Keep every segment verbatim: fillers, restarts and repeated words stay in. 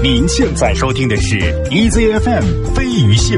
您现在收听的是 E Z F M 飞鱼秀。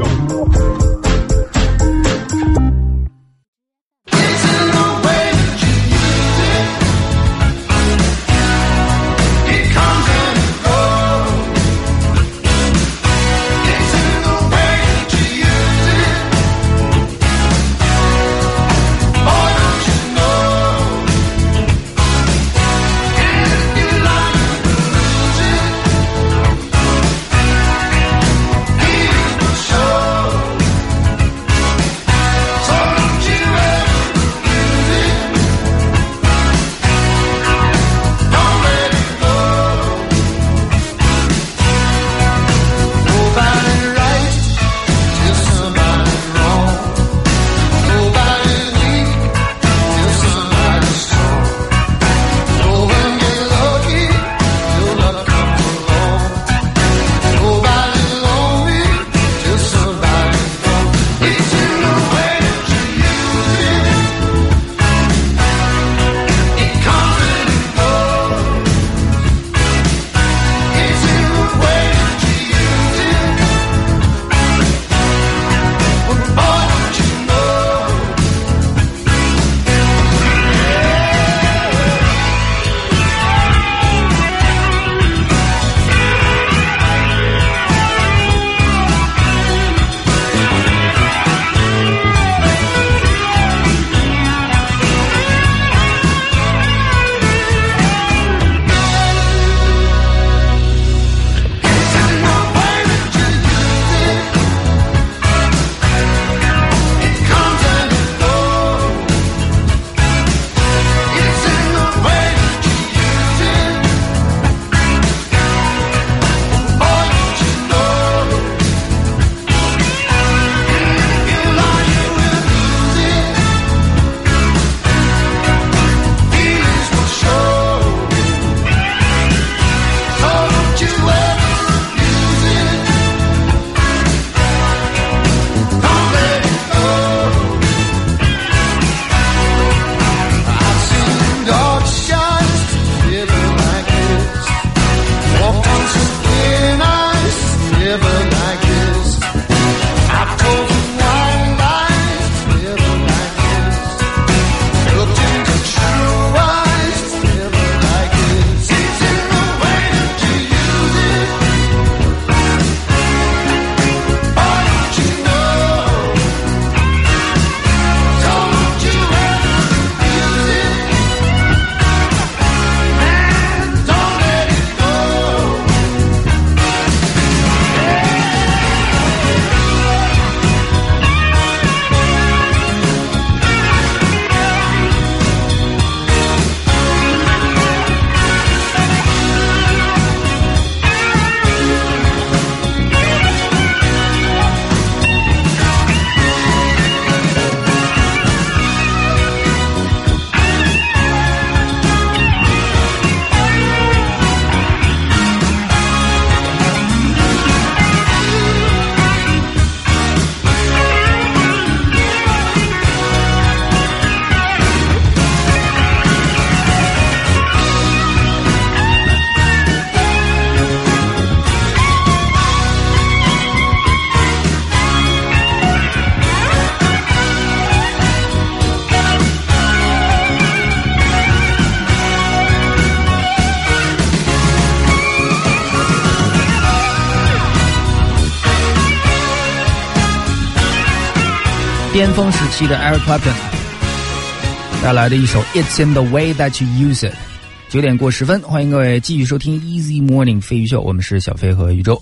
巅峰时期的 Eric Clapton 带来的一首 It's in the way that you use it。 九点过十分，欢迎各位继续收听 Easy Morning 飞鱼秀，我们是小飞和宇宙。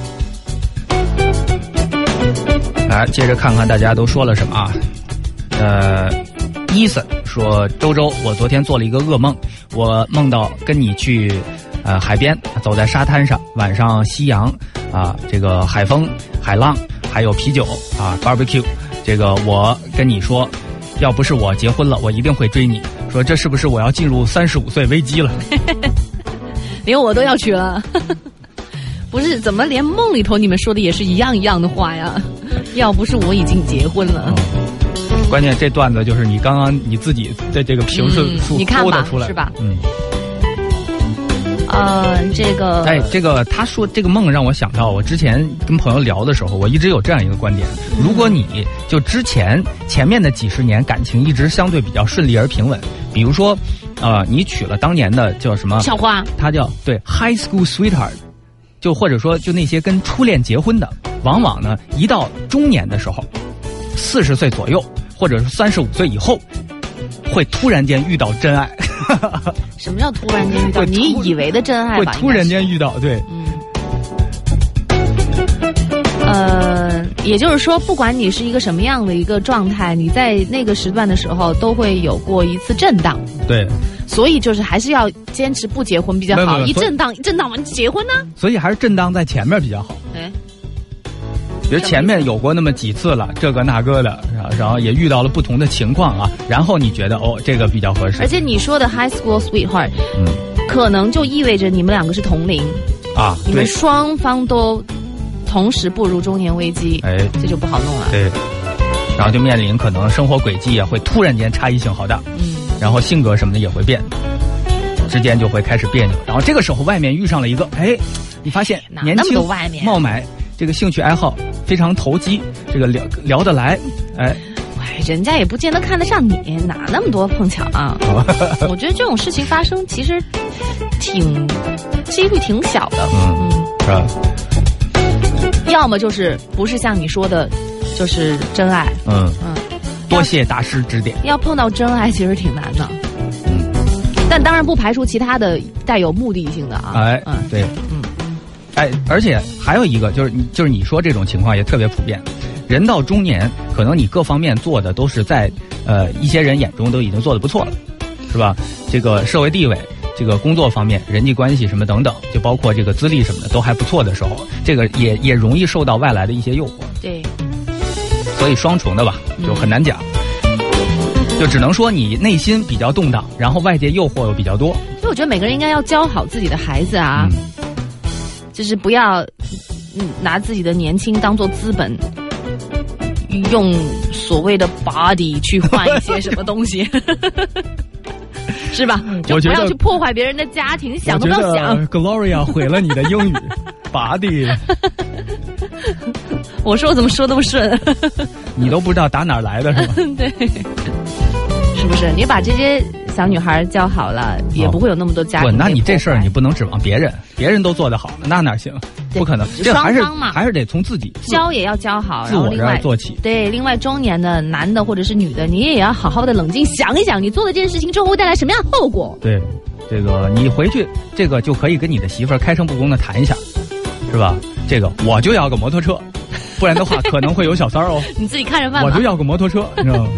来接着看看大家都说了什么啊。呃伊森说，周周，我昨天做了一个噩梦，我梦到跟你去呃海边，走在沙滩上，晚上夕阳啊，这个海风海浪还有啤酒啊 barbecue， 这个我跟你说，要不是我结婚了，我一定会追你。说这是不是我要进入三十五岁危机了？ 连我都要娶了。不是，怎么连梦里头你们说的也是一样一样的话呀？要不是我已经结婚了。 哦，关键这段子就是你刚刚你自己的这个评论数你看吧， 出来是吧？ 嗯。 呃， 们这个， 哎，这个他说这个梦让我想到，我之前跟朋友聊的时候，我一直有这样一个观点：如果你就之前前面的几十年感情一直相对比较顺利而平稳，比如说，呃，你娶了当年的叫什么校花， 他叫对 high school sweetheart， 就或者说就那些跟初恋结婚的，往往呢一到中年的时候，四十岁左右，或者是三十五岁以后，会突然间遇到真爱。 什么叫突然间遇到？你以为的真爱吧？ 会突然间遇到，对。 嗯。呃，也就是说，不管你是一个什么样的一个状态，你在那个时段的时候都会有过一次震荡。 对。 所以就是还是要坚持不结婚比较好，一震荡一震荡完就结婚呢。 所以还是震荡在前面比较好。 哎。 比如前面有过那么几次了，这个那个的，然后也遇到了不同的情况啊，然后你觉得哦，这个比较合适。 而且你说的 high school sweetheart， 嗯， 可能就意味着你们两个是同龄啊， 你们双方都同时步入中年危机， 哎， 这就不好弄了。 对，然后就面临可能生活轨迹也会突然间差异性好大， 嗯， 然后性格什么的也会变，之间就会开始别扭。然后这个时候外面遇上了一个，哎，你发现年轻、貌美。这个兴趣爱好非常投机，这个聊聊得来，哎， 哎，人家也不见得看得上你，哪那么多碰巧啊？我觉得这种事情发生其实挺几率挺小的， 嗯，是吧？ 要么就是不是像你说的，就是真爱， 嗯嗯，多谢大师指点。 要碰到真爱其实挺难的， 嗯， 但当然不排除其他的带有目的性的啊， 哎，嗯，对，嗯。哎，而且还有一个就是你就是你说这种情况也特别普遍，人到中年，可能你各方面做的都是在呃一些人眼中都已经做得不错了，是吧？这个社会地位、这个工作方面、人际关系什么等等，就包括这个资历什么的都还不错的时候，这个也也容易受到外来的一些诱惑。 对， 所以双重的吧，就很难讲。嗯、就只能说你内心比较动荡，然后外界诱惑又比较多。 所以我觉得每个人应该要教好自己的孩子啊。嗯，就是不要，嗯，拿自己的年轻当做资本，用所谓的 body 去换一些什么东西，是吧？就不要去破坏别人的家庭，想都不要想。 Gloria 毁了你的英语，body。 我说我怎么说都不顺， 你都不知道打哪儿来的是吧？ 对，是不是？你把这些小女孩教好了，也不会有那么多家庭。 不，那你这事儿你不能指望别人，别人都做得好，那哪行？不可能，这还是还是得从自己教也要教好， 自我这儿做起。 对，另外中年的男的或者是女的，你也要好好的冷静想一想，你做了这件事情之后会带来什么样的后果。 对，这个你回去这个就可以跟你的媳妇儿开诚布公的谈一下，是吧？这个我就要个摩托车，不然的话可能会有小三儿哦。 你自己看着办吧。 我就要个摩托车，你知道吗？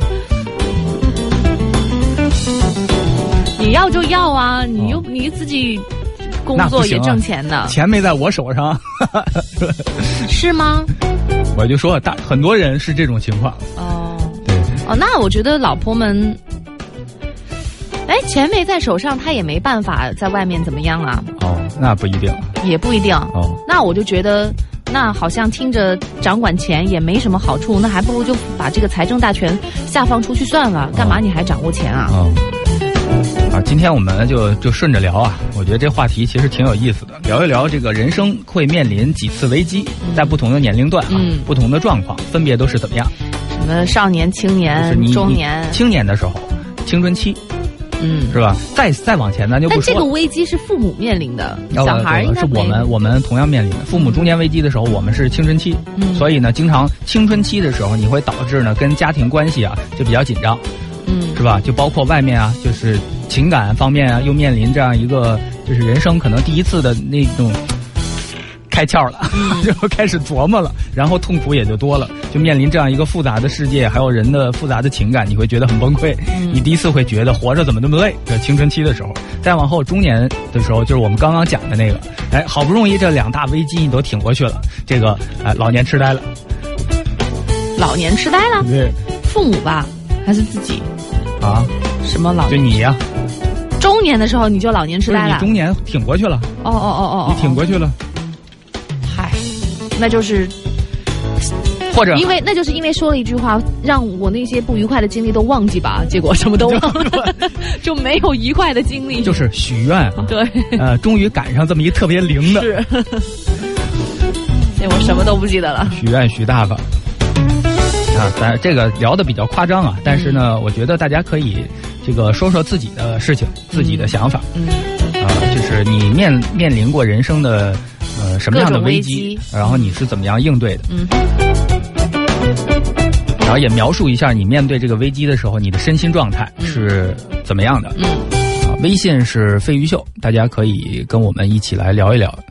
你要就要啊，你又、哦、你自己工作也挣钱的， 啊、钱没在我手上， 是吗？ 我就说大很多人是这种情况。 哦， 对， 哦，那我觉得老婆们，哎，钱没在手上，他也没办法在外面怎么样啊？ 哦，那不一定， 也不一定。 哦， 那我就觉得。那好像听着掌管钱也没什么好处，那还不如就把这个财政大权下放出去算了，干嘛你还掌握钱啊？ 哦啊，今天我们就就顺着聊啊，我觉得这话题其实挺有意思的，聊一聊这个人生会面临几次危机，嗯、在不同的年龄段啊，嗯、不同的状况，分别都是怎么样？ 什么少年、青年、就是、中年？ 青年的时候，青春期。 嗯， 是吧？再再往前咱就不说。 但这个危机是父母面临的，小孩应该是我们我们同样面临的。父母中年危机的时候，我们是青春期，嗯，所以呢，经常青春期的时候，你会导致呢跟家庭关系啊就比较紧张， 嗯， 是吧？就包括外面啊，就是情感方面啊，又面临这样一个就是人生可能第一次的那种开窍了，嗯、就开始琢磨了，然后痛苦也就多了。就面临这样一个复杂的世界，还有人的复杂的情感，你会觉得很崩溃。嗯、你第一次会觉得活着怎么那么累？这青春期的时候，再往后中年的时候，就是我们刚刚讲的那个，哎，好不容易这两大危机你都挺过去了，这个哎老年痴呆了。 老年痴呆了？ 对， 父母吧，还是自己？ 啊？ 什么老年？ 就你呀、 啊。中年的时候你就老年痴呆了？ 你中年挺过去了。 哦哦哦哦， 你挺过去了。 嗨，那就是。 或者因为那就是因为说了一句话，让我那些不愉快的经历都忘记吧，结果什么都忘了，就没有愉快的经历。 就是许愿啊， 对， 呃，终于赶上这么一特别灵的， 是，所以我什么都不记得了。 许愿许大发啊，咱这个聊的比较夸张啊，但是呢，嗯、我觉得大家可以这个说说自己的事情、自己的想法， 嗯， 啊、呃，就是你面面临过人生的呃什么样的危机，然后你是怎么样应对的， 嗯。 然后也描述一下你面对这个危机的时候，你的身心状态是怎么样的。 嗯， 啊，微信是飞鱼秀，大家可以跟我们一起来聊一聊。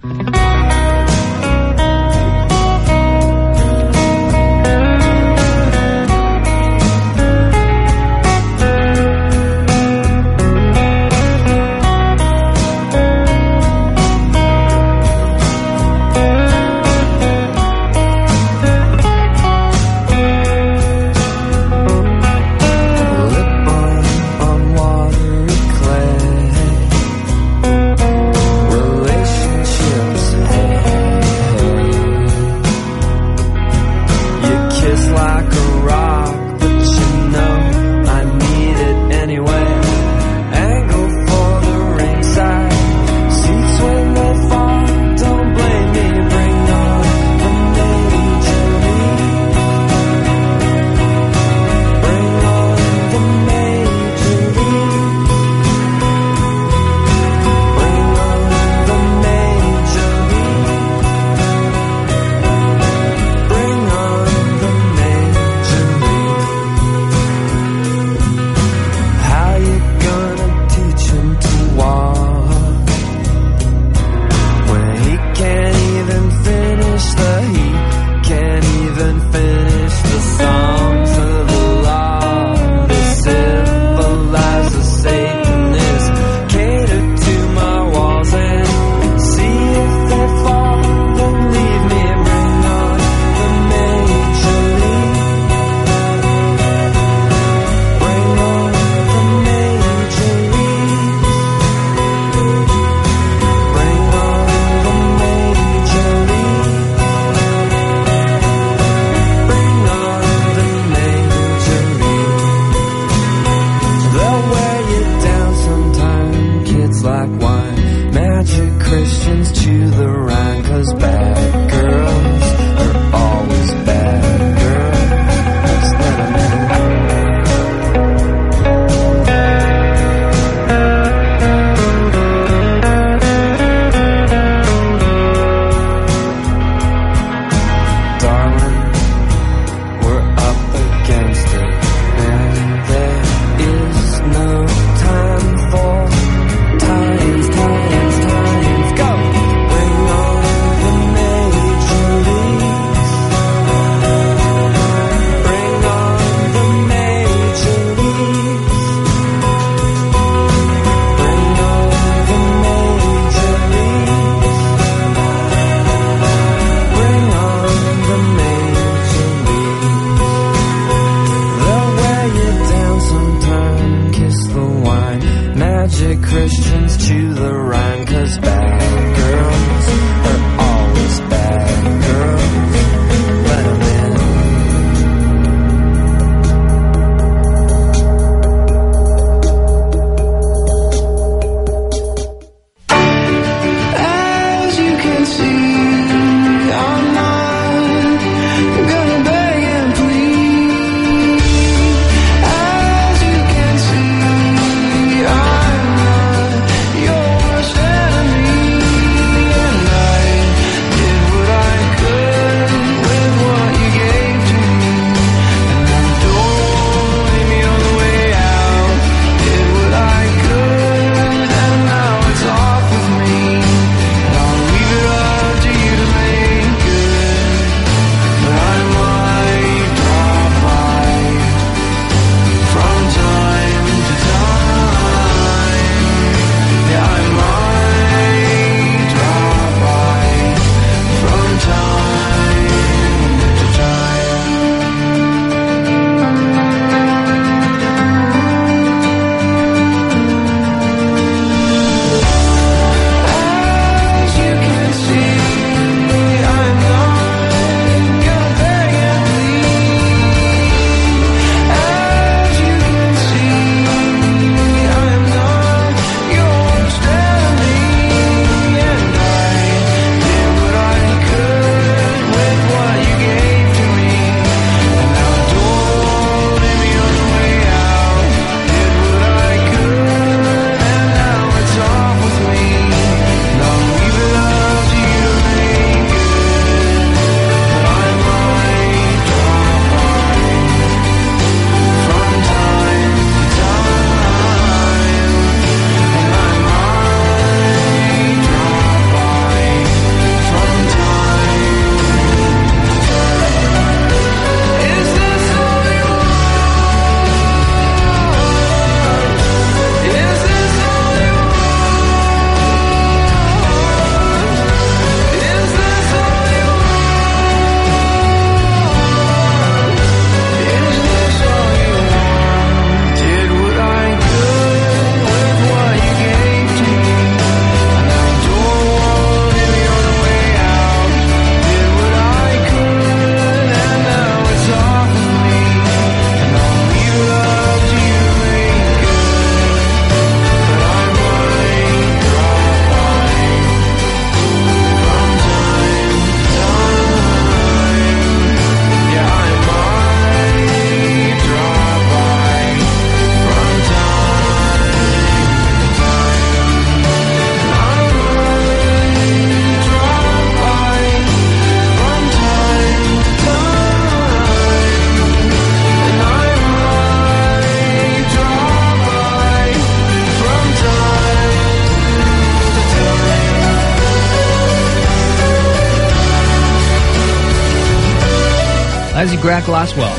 来自 Greg Glasswell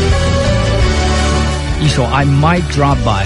一首 I Might Drop By。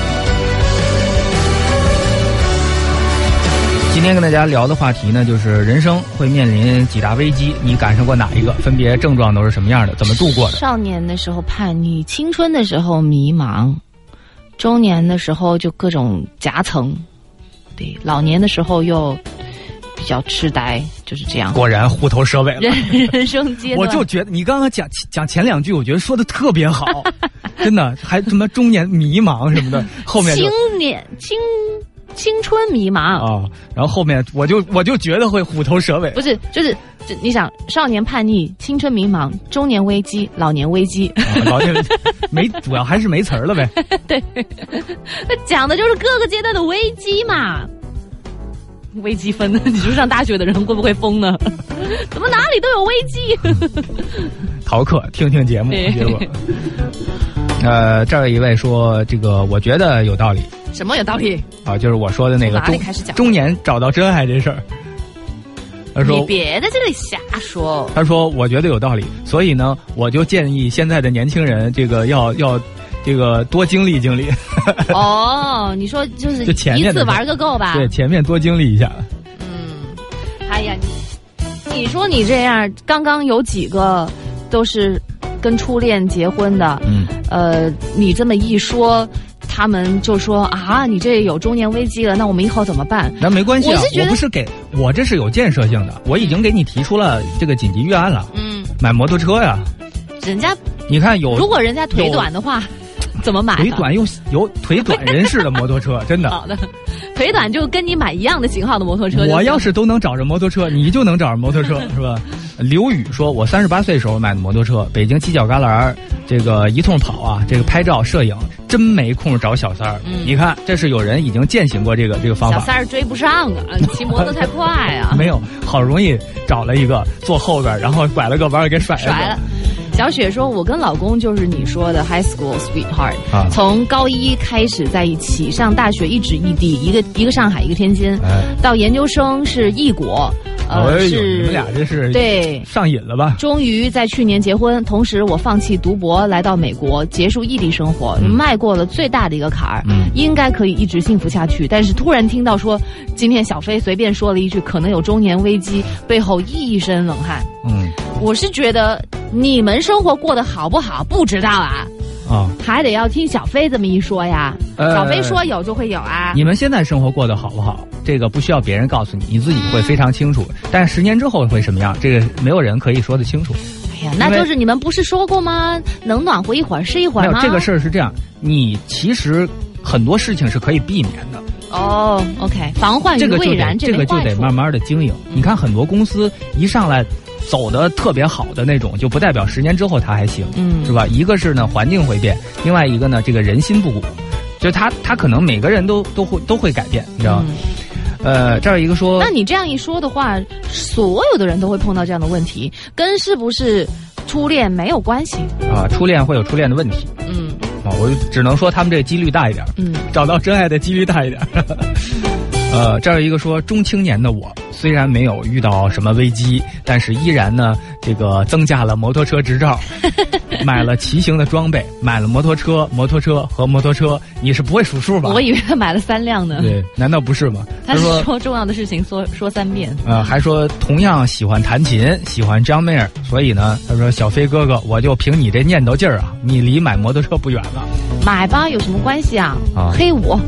今天跟大家聊的话题呢，就是人生会面临几大危机，你赶上过哪一个？分别症状都是什么样的？怎么度过的？ 少年的时候叛逆，青春的时候迷茫，中年的时候就各种夹层，对，老年的时候又比较痴呆，就是这样。 果然虎头蛇尾了。 人人生阶段， 我就觉得你刚刚讲讲前两句，我觉得说的特别好，真的，还什么中年迷茫什么的，后面青年青。青春迷茫啊、哦，然后后面我就我就觉得会虎头蛇尾， 不是，就是就你想，少年叛逆，青春迷茫，中年危机，老年危机， 啊、老年危机没，主要还是没词儿了呗。 对，那讲的就是各个阶段的危机嘛。微积分，你说上大学的人会不会疯呢？怎么哪里都有危机？ 逃课听听节目，结果，呃，这儿一位说这个，我觉得有道理。 什么有道理啊？就是我说的那个中中年找到真爱这事儿。他说：“ 你别在这里瞎说。” 他说：“我觉得有道理，所以呢，我就建议现在的年轻人，这个要要这个多经历经历。” 哦，你说就是就前面一次玩个够吧？ 对，前面多经历一下。 嗯，哎呀，你说你这样，刚刚有几个都是跟初恋结婚的， 嗯， 呃，你这么一说。他们就说啊，你这有中年危机了，那我们以后怎么办？ 那没关系、啊， 我是觉得我不是给我这是有建设性的，我已经给你提出了这个紧急预案了。 嗯， 买摩托车呀， 人家你看有， 如果人家腿短的话，怎么买？ 腿短有有腿短人士的摩托车，真的。 好的，腿短就跟你买一样的型号的摩托车。 我要是都能找着摩托车，你就能找着摩托车，是吧？刘宇说：“我三十八岁时候买的摩托车，北京犄角旮旯，这个一通跑啊，这个拍照摄影真没空找小三儿。嗯、你看，这是有人已经践行过这个这个方法。 小三儿追不上啊，你骑摩托太快啊。 没有，好容易找了一个坐后边，然后拐了个弯给甩了。 甩了。小雪说：“我跟老公就是你说的 high school sweetheart，、 啊、 从高一开始在一起，上大学一直异地，一个一个上海，一个天津，哎、到研究生是异国。”呃， 哎、 是你们俩这是对上瘾了吧？ 终于在去年结婚，同时我放弃读博，来到美国，结束异地生活， 嗯、 迈过了最大的一个坎儿， 嗯， 应该可以一直幸福下去。但是突然听到说，今天小飞随便说了一句可能有中年危机，背后一身冷汗。 嗯， 我是觉得你们生活过得好不好不知道啊。 啊、哦， 还得要听小飞这么一说呀。 呃、 小飞说有就会有啊。 你们现在生活过得好不好？这个不需要别人告诉你，你自己会非常清楚。但是十年之后会什么样？这个没有人可以说得清楚。 哎呀，那就是你们不是说过吗？能暖和一会儿是一会儿吗？ 没有，这个事儿是这样，你其实很多事情是可以避免的。 哦 ，OK， 防患于未然， 这个就得慢慢的经营。嗯、你看很多公司一上来。走的特别好的那种，就不代表十年之后它还行， 嗯， 是吧？一个是呢环境会变，另外一个呢这个人心不古，就他他可能每个人都都会都会改变，你知道吗？嗯、呃，这儿一个说， 那你这样一说的话，所有的人都会碰到这样的问题，跟是不是初恋没有关系啊？初恋会有初恋的问题， 嗯， 啊，我只能说他们这个几率大一点， 嗯， 找到真爱的几率大一点。呃，这儿有一个说，中青年的我虽然没有遇到什么危机，但是依然呢，这个增加了摩托车执照，买了骑行的装备，买了摩托车、摩托车和摩托车。你是不会数数吧？ 我以为他买了三辆呢。 对，难道不是吗？ 他说说重要的事情说说三遍。 呃，还说同样喜欢弹琴，喜欢张妹儿，所以呢，他说小飞哥哥，我就凭你这念叨劲儿啊，你离买摩托车不远了。 买吧，有什么关系啊？ 啊， 黑五。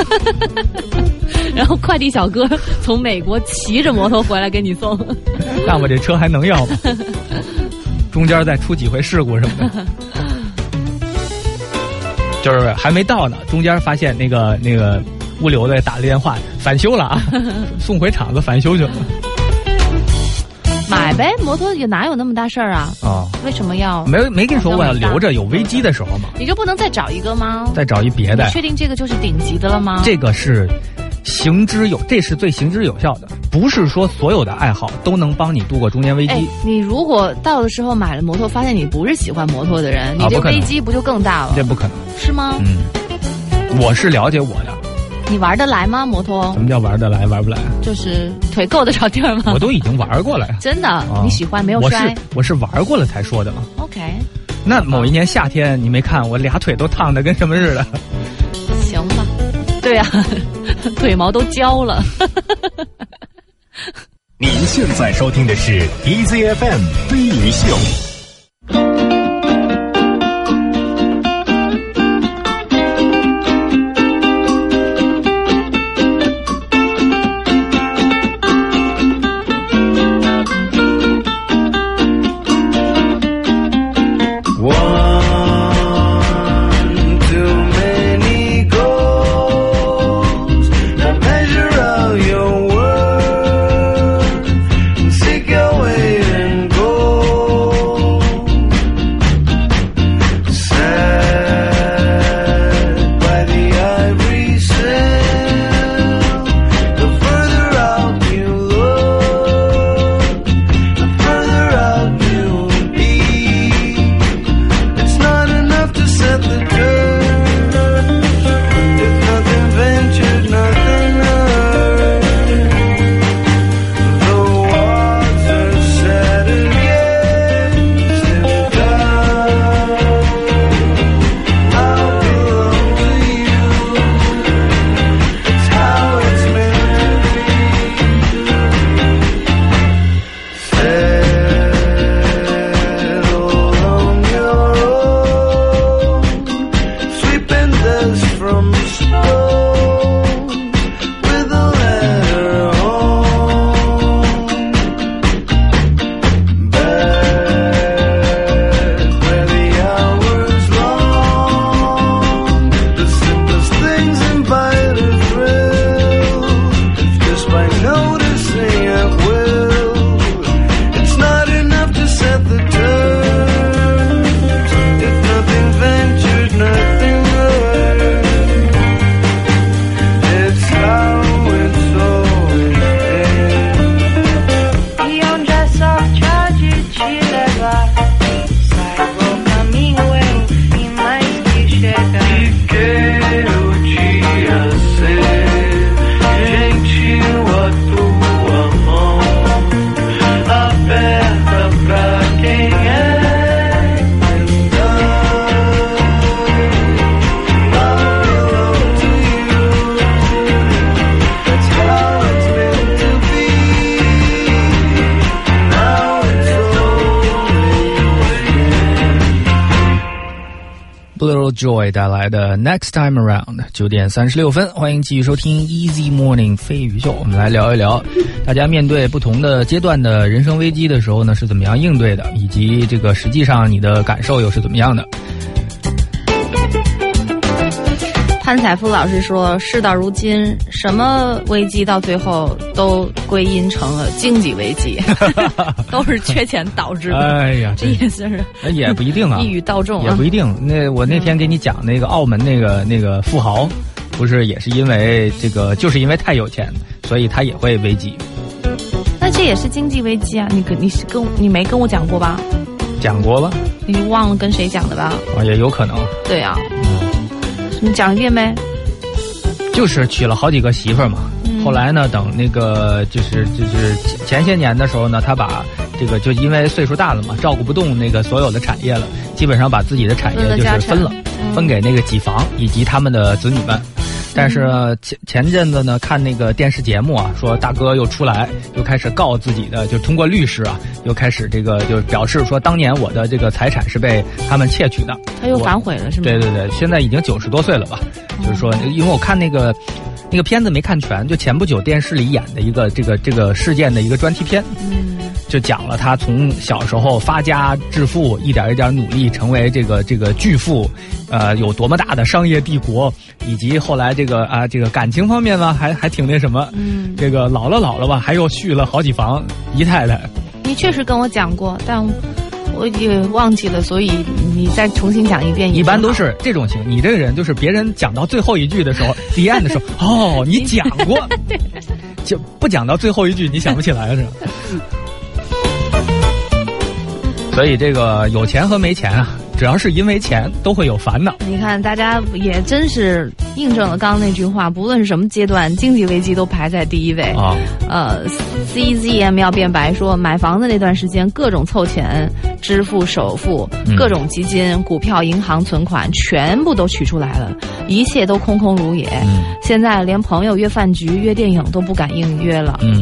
然后快递小哥从美国骑着摩托回来给你送， 那我这车还能要吗？中间再出几回事故什么的，就是还没到呢，中间发现那个那个物流的打了电话返修了啊，送回厂子返修去了。 买呗，摩托也哪有那么大事儿啊？ 啊、哦， 为什么要？ 没没跟你说我要留着有危机的时候吗？ 你就不能再找一个吗？ 再找一别的？ 你确定这个就是顶级的了吗？ 这个是行之有，这是最行之有效的，不是说所有的爱好都能帮你度过中年危机。 哎，你如果到的时候买了摩托，发现你不是喜欢摩托的人，你这危机不就更大了？ 这不可能， 是吗？ 嗯，我是了解我的。 你玩得来吗？摩托？ 什么叫玩得来？玩不来？ 就是腿够得着地儿吗？ 我都已经玩过了呀。 真的、哦？你喜欢没有摔？ 我是我是玩过了才说的嘛。 OK。 那某一年夏天，你没看我俩腿都烫得跟什么似的？ 行吧。对啊，腿毛都焦了。 您现在收听的是 E Z F M 飞鱼秀。 Joy 带来的 Next Time Around， 九点三十六分，欢迎继续收听 Easy Morning 飞鱼秀。我们来聊一聊，大家面对不同的阶段的人生危机的时候呢，是怎么样应对的，以及这个实际上你的感受又是怎么样的。 潘采夫老师说，事到如今，什么危机到最后都归因成了经济危机，都是缺钱导致的。 哎呀， 这意思是也不一定啊， 一语道中、啊， 也不一定。那我那天给你讲那个澳门那个那个富豪，不是也是因为这个，就是因为太有钱，所以他也会危机。 那这也是经济危机啊！你跟你是跟你没跟我讲过吧？ 讲过吧？ 你忘了跟谁讲的吧？ 啊，也有可能。 对啊。你讲一遍呗。 就是娶了好几个媳妇儿嘛、嗯、后来呢等那个就是就是前些年的时候呢，他把这个就因为岁数大了嘛，照顾不动那个所有的产业了，基本上把自己的产业就是分了、嗯、分给那个几房以及他们的子女们。但是前前阵子呢，看那个电视节目啊，说大哥又出来，又开始告自己的，就通过律师啊，又开始这个就表示说，当年我的这个财产是被他们窃取的。 他又反悔了是吗？ 对对对，现在已经九十多岁了吧？嗯、就是说，因为我看那个那个片子没看全，就前不久电视里演的一个这个这个事件的一个专题片。嗯。就讲了他从小时候发家致富，一点一点努力成为这个这个巨富，呃，有多么大的商业帝国，以及后来这个啊这个感情方面呢，还还挺那什么，嗯，这个老了老了吧，还又续了好几房姨太太。 你确实跟我讲过，但我也忘记了，所以你再重新讲一遍。 一般都是这种情，你这个人就是别人讲到最后一句的时候，the end 的时候，哦，你讲过，就不讲到最后一句，你想不起来是吧？所以这个有钱和没钱啊， 只要是因为钱，都会有烦恼。 你看，大家也真是印证了刚刚那句话，不论是什么阶段，经济危机都排在第一位。啊，呃 ，C Z M 要辩白说，买房子那段时间，各种凑钱支付首付，嗯、各种基金、股票、银行存款，全部都取出来了，一切都空空如也。嗯、现在连朋友约饭局、约电影都不敢应约了。嗯。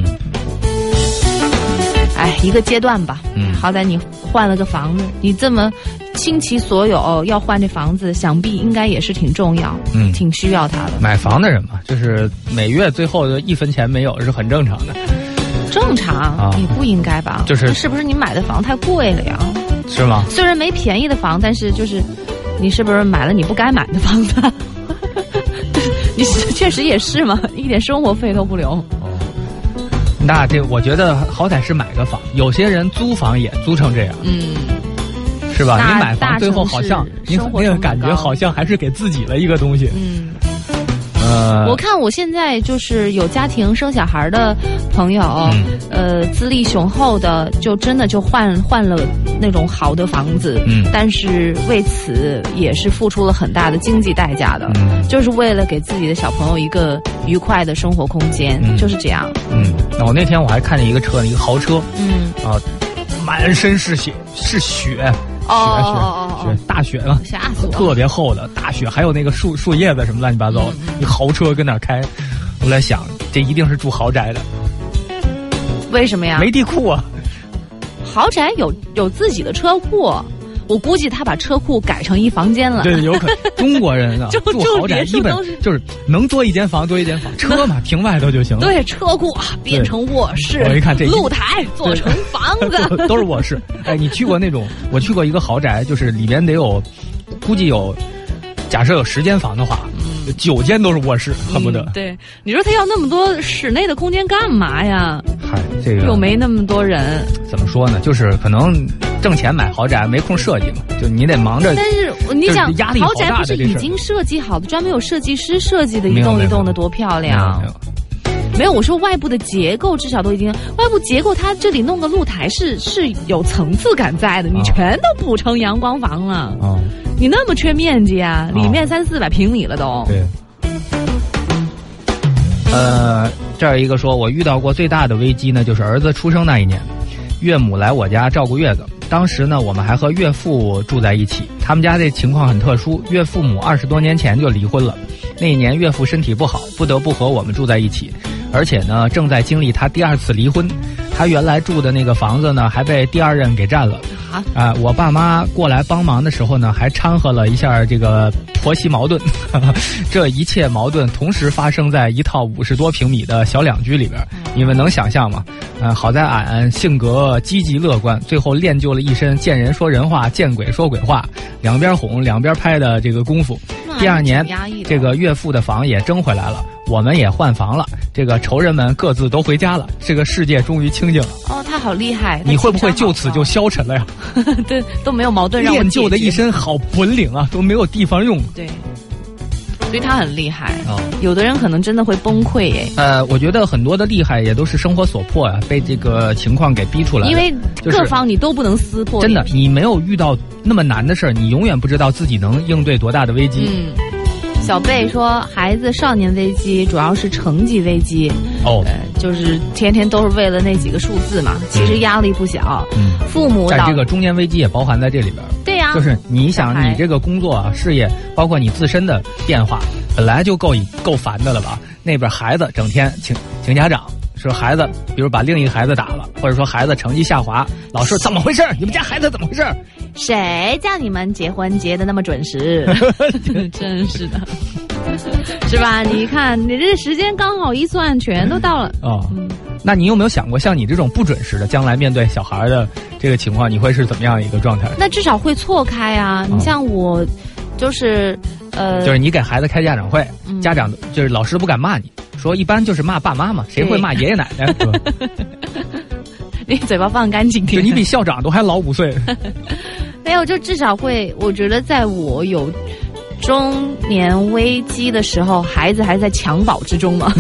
哎，一个阶段吧。嗯，好歹你换了个房子，你这么倾其所有要换这房子，想必应该也是挺重要，嗯，挺需要它的。 买房的人嘛，就是每月最后的一分钱没有是很正常的。 正常啊，也不应该吧？就是是不是你买的房太贵了呀？ 是吗？ 虽然没便宜的房，但是就是你是不是买了你不该买的房子？你确实也是嘛，一点生活费都不留。 那这我觉得好歹是买个房，有些人租房也租成这样，嗯，是吧？你买房最后好像你那个感觉好像还是给自己的一个东西，嗯。呃， 我看我现在就是有家庭生小孩的朋友，嗯、呃，资历雄厚的，就真的就换换了那种好的房子，嗯，但是为此也是付出了很大的经济代价的，嗯，就是为了给自己的小朋友一个愉快的生活空间，嗯、就是这样。 嗯，那我那天我还看见一个车，一个豪车，嗯啊，满身是血，是血。雪雪雪大雪了， 吓死我！ 特别厚的大雪，还有那个树树叶子什么乱七八糟的，你、嗯、豪车跟哪开？我在想，这一定是住豪宅的。 为什么呀？ 没地库啊！ 豪宅有有自己的车库，我估计他把车库改成一房间了。 对，有可能。中国人啊，住豪宅一本就是能多一间房多一间房，车嘛停外头就行了。 对，车库啊变成卧室， 我一看这露台做成房子， 都是卧室。哎，你去过那种？我去过一个豪宅，就是里边得有，估计有，假设有十间房的话，嗯、九间都是卧室，恨不得、嗯。 对，你说他要那么多室内的空间干嘛呀？ 嗨，这个又没那么多人。 怎么说呢？就是可能挣钱买豪宅，没空设计嘛，就你得忙着。 但是你想， 压力豪宅不是已经设计好的，专门有设计师设计的，一栋一栋的多漂亮。 没有。 没有，我说外部的结构至少都已经，外部结构它这里弄个露台是是有层次感在的，你全都补成阳光房了。哦，你那么缺面积啊，里面三四百平米了都。 对。呃，这儿一个说，我遇到过最大的危机呢，就是儿子出生那一年，岳母来我家照顾月子，当时呢，我们还和岳父住在一起。他们家这情况很特殊，岳父母二十多年前就离婚了。那一年岳父身体不好，不得不和我们住在一起，而且呢，正在经历他第二次离婚。他原来住的那个房子呢，还被第二任给占了。啊、呃，我爸妈过来帮忙的时候呢，还掺和了一下这个婆媳矛盾。这一切矛盾同时发生在一套五十多平米的小两居里边，你们能想象吗？呃，好在俺性格积极乐观，最后练就了一身见人说人话，见鬼说鬼话，两边哄两边拍的这个功夫。第二年，这个岳父的房也争回来了，我们也换房了，这个仇人们各自都回家了，这个世界终于清静了。 哦，他好厉害！ 你会不会就此就消沉了呀？ 对，都没有矛盾让我练就的一身好本领啊，都没有地方用。 对。所以他很厉害，哦，有的人可能真的会崩溃耶。 呃，我觉得很多的厉害也都是生活所迫啊，被这个情况给逼出来的。 因为各方你都不能撕破。 真的，你没有遇到那么难的事儿，你永远不知道自己能应对多大的危机。 嗯。小贝说，孩子少年危机主要是成绩危机，哦，呃，就是天天都是为了那几个数字嘛，其实压力不小。嗯，父母但这个中年危机也包含在这里边。 对呀、啊， 就是你想，你这个工作啊、事业，包括你自身的变化，本来就够够烦的了吧？那边孩子整天请请家长。说孩子，比如把另一个孩子打了，或者说孩子成绩下滑，老师怎么回事？你们家孩子怎么回事？ 谁叫你们结婚结的那么准时？真是的，是吧？你看你这时间刚好一算，全都到了。哦，嗯、 那你有没有想过，像你这种不准时的，将来面对小孩的这个情况，你会是怎么样一个状态？ 那至少会错开啊！哦、你像我，就是呃， 就是你给孩子开家长会，嗯、家长就是老师不敢骂你。说一般就是骂爸妈嘛，谁会骂爷爷奶奶？ 你嘴巴放干净点。 就你比校长都还老五岁。 没有，就至少会，我觉得在我有中年危机的时候，孩子还在襁褓之中嘛。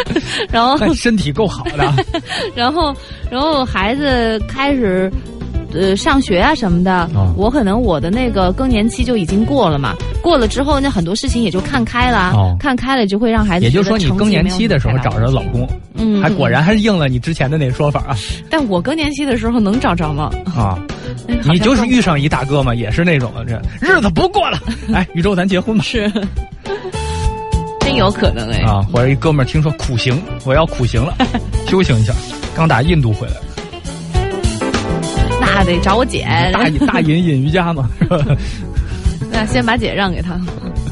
然后身体够好的。 然后，然后孩子开始呃上学啊什么的， 哦、 我可能我的那个更年期就已经过了嘛，过了之后那很多事情也就看开了， 哦、 看开了就会让孩子。 也就是说，你更年期的时候找着老公， 嗯， 还果然还是应了你之前的那说法啊。 但我更年期的时候能找着吗？ 啊，你就是遇上一大哥嘛，也是那种这日子不过了，哎，宇宙咱结婚吧。 是。真有可能哎啊！或者一哥们儿听说苦行，我要苦行了，修行一下，刚打印度回来， 那得找我姐。 大大隐隐瑜伽嘛，是吧？ 那先把姐让给他。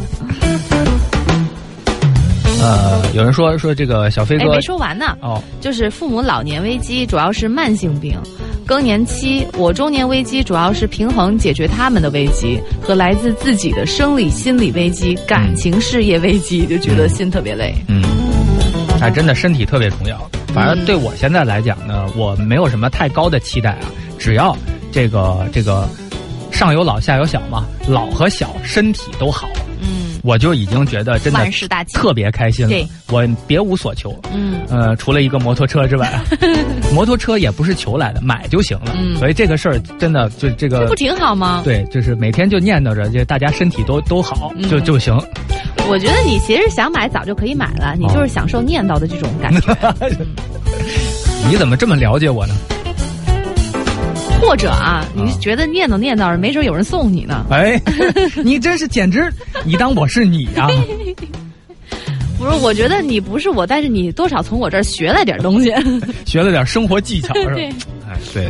呃，有人说说这个小飞哥， 哎，没说完呢。 哦， 就是父母老年危机主要是慢性病，更年期我中年危机主要是平衡解决他们的危机和来自自己的生理心理危机、感情事业危机，就觉得心特别累。 嗯，哎，真的身体特别重要。反正对我现在来讲呢，我没有什么太高的期待啊，只要这个这个上有老下有小嘛，老和小身体都好。嗯，我就已经觉得真的特别开心了。对，我别无所求。嗯，呃，除了一个摩托车之外，摩托车也不是求来的，买就行了。嗯，所以这个事儿真的就这个， 这不挺好吗？ 对，就是每天就念叨着，就大家身体都都好，就就行。 我觉得你其实想买早就可以买了，你就是享受念叨的这种感觉。 你怎么这么了解我呢？ 或者啊，你觉得念叨念叨，没准有人送你呢。 哎，你真是简直，你当我是你啊？ 不是，我觉得你不是我，但是你多少从我这儿学了点东西， 学了点生活技巧，是吧？哎，对。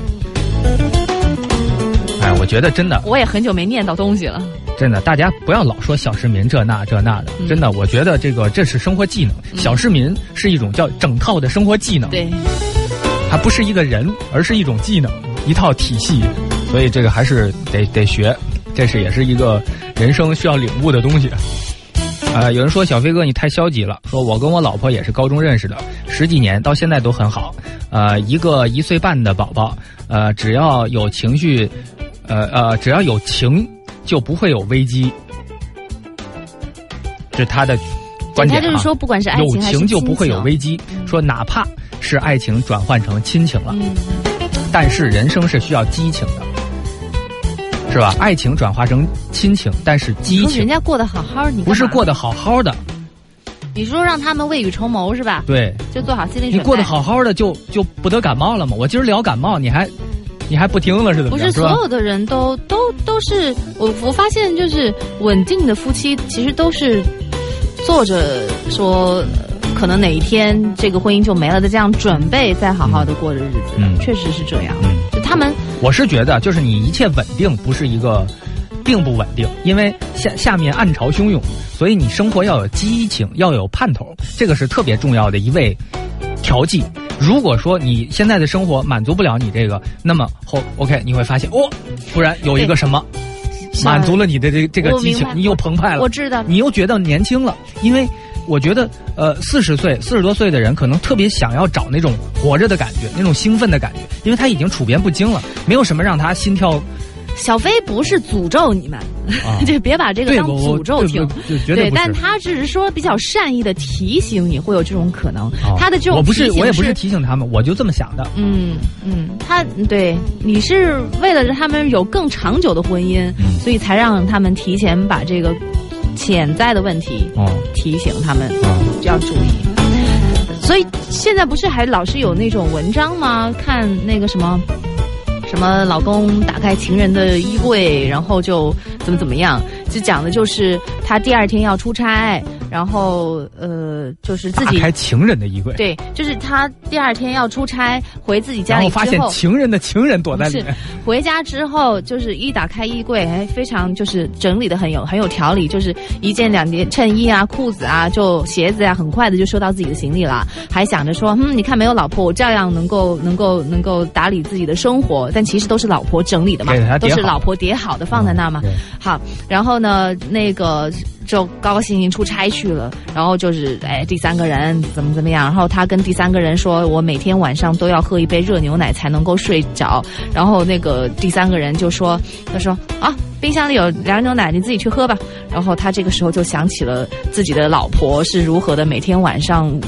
哎，我觉得真的， 我也很久没念叨东西了。 真的，大家不要老说小市民这那这那的，嗯、真的，我觉得这个这是生活技能。嗯、小市民是一种叫整套的生活技能， 对， 还不是一个人，而是一种技能。一套体系，所以这个还是得得学，这是也是一个人生需要领悟的东西。啊、呃，有人说小飞哥你太消极了，说我跟我老婆也是高中认识的，十几年到现在都很好。呃，一个一岁半的宝宝，呃，只要有情绪，呃呃，只要有情就不会有危机。这是他的观点啊。 他就是说，不管是爱情还是亲情， 有情就不会有危机。嗯、说哪怕是爱情转换成亲情了。嗯，但是人生是需要激情的，是吧？爱情转化成亲情，但是激情， 人家过得好好，你不是过得好好的。 你说让他们未雨绸缪是吧？ 对， 就做好心理准备。 你过得好好的就就不得感冒了吗？我今儿聊感冒，你还你还不听了是怎么着？ 不是所有的人都都都是我我发现就是稳定的夫妻其实都是做着说。可能哪一天这个婚姻就没了的这样准备，再好好的过着日子，嗯，确实是这样。嗯，就他们， 我是觉得，就是你一切稳定不是一个，并不稳定，因为下下面暗潮汹涌，所以你生活要有激情，要有盼头，这个是特别重要的一味调剂。如果说你现在的生活满足不了你这个，那么后 OK 你会发现哦，突然有一个什么满足了你的这这个激情，你又澎湃了， 我知道， 你又觉得年轻了，因为。我觉得，呃，四十岁、四十多岁的人可能特别想要找那种活着的感觉，那种兴奋的感觉，因为他已经处变不惊了，没有什么让他心跳。 小飞不是诅咒你们，啊、就别把这个当诅咒听。 对，对对但他只是说比较善意的提醒你会有这种可能。哦、他的这种我不是，我也不是提醒他们，我就这么想的。 嗯嗯，他对你是为了让他们有更长久的婚姻，嗯、所以才让他们提前把这个。潜在的问题，哦，提醒他们要注意。所以现在不是还老是有那种文章吗？看那个什么什么老公打开情人的衣柜，然后就怎么怎么样，就讲的就是他第二天要出差，然后呃，就是自己打开情人的衣柜， 对，就是他第二天要出差回自己家里之后， 然后发现情人的情人躲在里面。 回家之后，就是一打开衣柜，哎，非常就是整理的很有很有条理，就是一件两件衬衣啊、裤子啊、就鞋子啊，很快的就收到自己的行李了，还想着说，嗯，你看没有老婆，我照样能够能够能够打理自己的生活，但其实都是老婆整理的嘛，都是老婆叠好的放在那嘛。嗯、好，然后呢，那个。就高高兴兴出差去了，然后就是哎，第三个人怎么怎么样，然后他跟第三个人说，我每天晚上都要喝一杯热牛奶才能够睡着，然后那个第三个人就说，他说啊，冰箱里有凉牛奶，你自己去喝吧。然后他这个时候就想起了自己的老婆是如何的每天晚上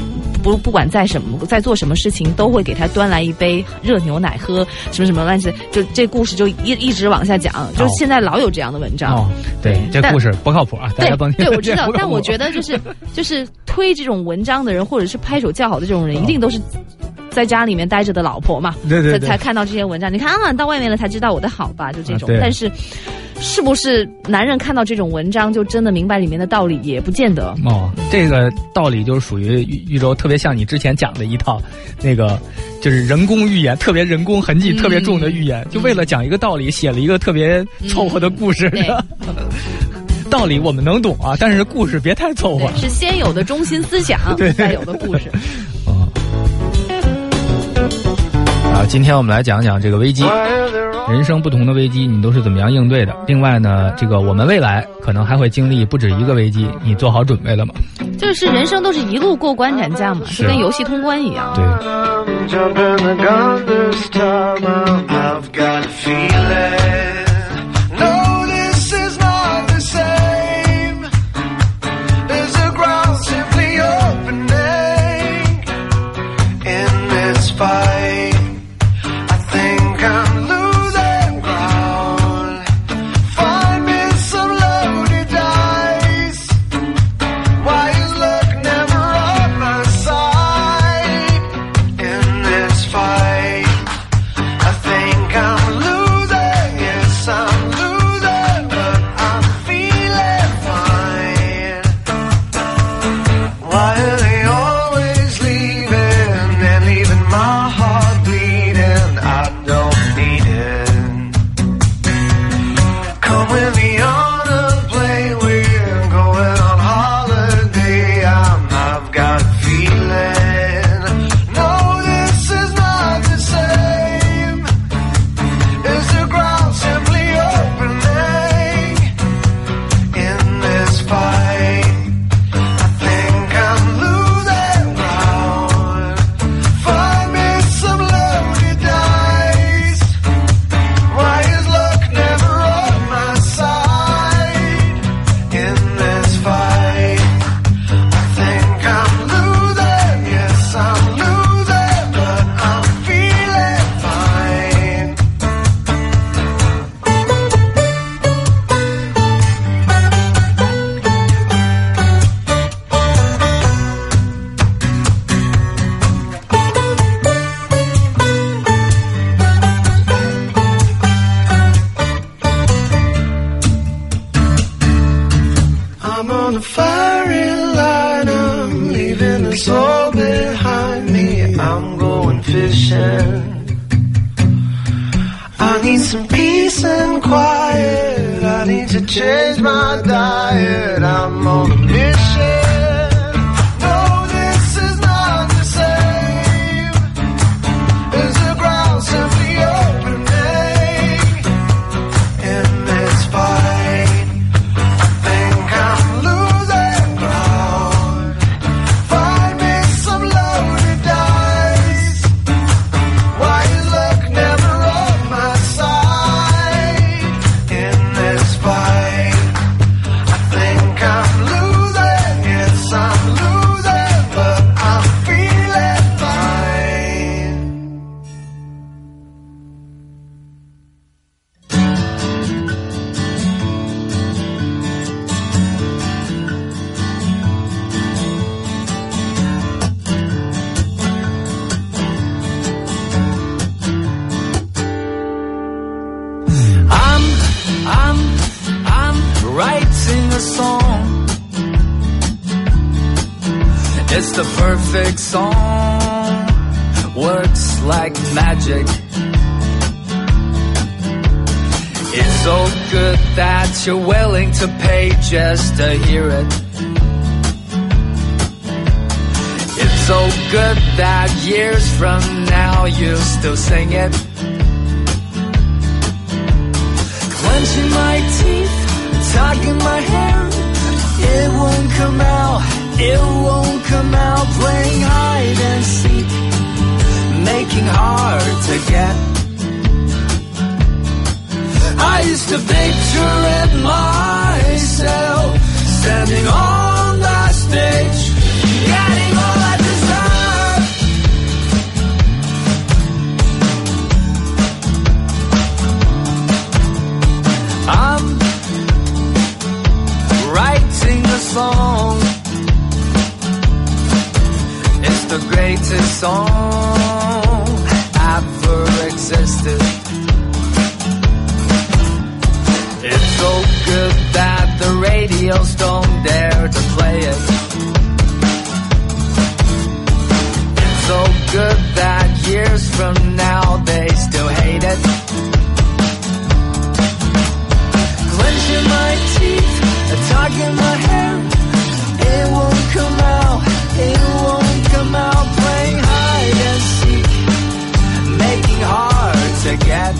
不不管在什么在做什么事情，都会给他端来一杯热牛奶喝，什么什么乱七，就这故事就一一直往下讲，就是现在老有这样的文章。 哦，对，这故事不靠谱啊！大家帮对，对我知道，但我觉得就是就是推这种文章的人，或者是拍手叫好的这种人，一定都是在家里面待着的老婆嘛， 对对对， 才看到这些文章。你看啊，到外面了才知道我的好吧，就这种。 啊、 但是，是不是男人看到这种文章就真的明白里面的道理，也不见得。 哦，这个道理就是属于豫州特别像你之前讲的一套，那个就是人工寓言，特别人工痕迹、嗯、特别重的寓言，就为了讲一个道理，写了一个特别凑合的故事。嗯、道理我们能懂啊，但是故事别太凑合。 是先有的中心思想，再有的故事。 啊，今天我们来讲讲这个危机，人生不同的危机，你都是怎么样应对的？另外呢，这个我们未来可能还会经历不止一个危机，你做好准备了吗？ 就是人生都是一路过关斩将嘛，就跟游戏通关一样。 对。 It's the perfect song, works like magic. It's so good that you're willing to pay just to hear it. It's so good that years from now you'll still sing it. Clenching my teeth, tugging my hair, it won't come out, it won't come out. Playing hide and seek, making hard to get. I used to picture it myself, standing on the stage, getting all I desire. song ever existed. It's so good that the radios don't dare to play it. It's so good that years from now they still hate it. Clenching my teeth, tugging my hair, it won't come out, it won't come out. Playing hide and seek, making hard to get.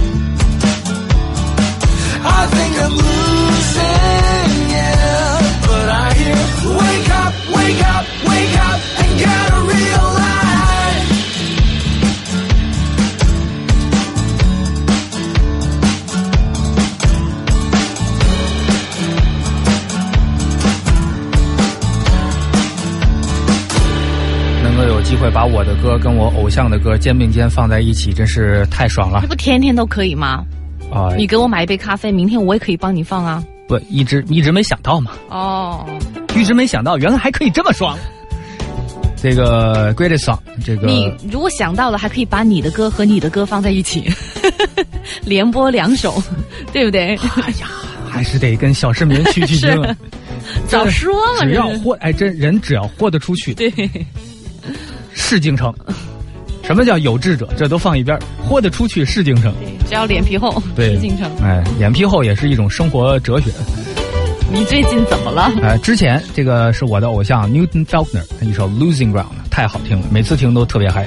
I think I'm losing it, but I hear wake up, wake up, wake up and get a real life. 能够有机会把我的歌跟我偶像的歌肩并肩放在一起，真是太爽了。 这不天天都可以吗？ 啊、 你给我买一杯咖啡，明天我也可以帮你放啊。 不，一直一直没想到嘛。 哦， 一直没想到，原来还可以这么爽。这个 Greatest Song， 这个你如果想到了，还可以把你的歌和你的歌放在一起，连播两首，对不对？ 哎呀，还是得跟小市民取取经。 早说嘛， 只要豁，哎，真人只要豁得出去， 对， 是京城。什么叫有志者？这都放一边，豁得出去是京城。 对，只要脸皮厚， 对， 是京城。 哎，脸皮厚也是一种生活哲学。 你最近怎么了？ 哎，之前这个是我的偶像 Newton Faulkner 一首 Losing Ground， 太好听了，每次听都特别嗨。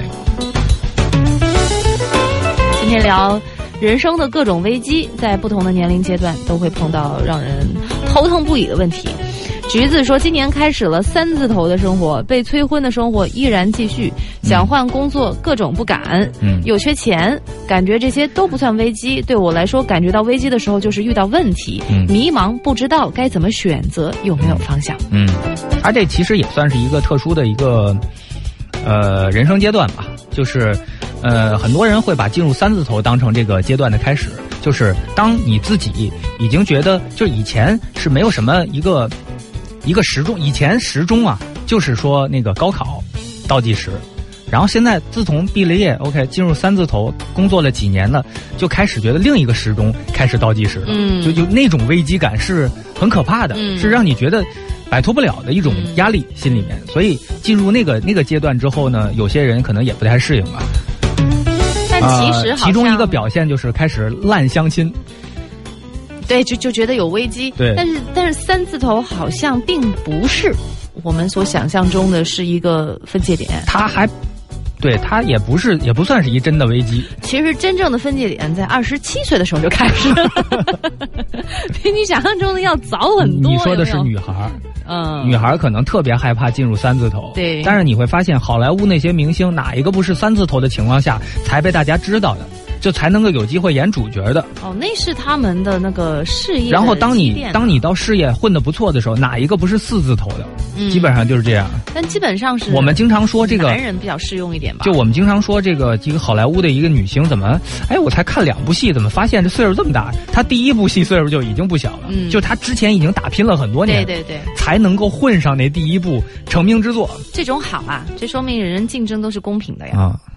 今天聊人生的各种危机，在不同的年龄阶段都会碰到让人头疼不已的问题。橘子说，今年开始了三字头的生活，被催婚的生活依然继续，想换工作各种不敢，嗯，又缺钱，感觉这些都不算危机。对我来说，感觉到危机的时候就是遇到问题，嗯，迷茫，不知道该怎么选择，有没有方向。 嗯，他这其实也算是一个特殊的一个呃人生阶段吧，就是呃很多人会把进入三字头当成这个阶段的开始，就是当你自己已经觉得，就以前是没有什么一个。一个时钟，以前时钟啊，就是说那个高考倒计时，然后现在自从毕了业 ，OK， 进入三字头，工作了几年了，就开始觉得另一个时钟开始倒计时了，嗯，就就那种危机感是很可怕的，嗯，是让你觉得摆脱不了的一种压力心里面，所以进入那个那个阶段之后呢，有些人可能也不太适应吧。 但其实好像、呃、 其中一个表现就是开始滥相亲。 对，就就觉得有危机。 对， 但是但是三字头好像并不是我们所想象中的是一个分界点。 它还，对，它也不是，也不算是一真的危机。 其实真正的分界点在二十七岁的时候就开始了，比你想象中的要早很多。 你说的是女孩， 嗯， 女孩可能特别害怕进入三字头。 对， 但是你会发现，好莱坞那些明星哪一个不是三字头的情况下才被大家知道的？就才能够有机会演主角的哦，那是他们的那个事业。 然后当你当你到事业混得不错的时候，哪一个不是四字头的？嗯，基本上就是这样。 但基本上是我们经常说这个男人比较适用一点吧。 就我们经常说这个一个好莱坞的一个女星怎么，哎，我才看两部戏，怎么发现这岁数这么大？她第一部戏岁数就已经不小了，嗯，就她之前已经打拼了很多年， 对对对， 才能够混上那第一部成名之作。 这种好啊，这说明人人竞争都是公平的呀。 啊。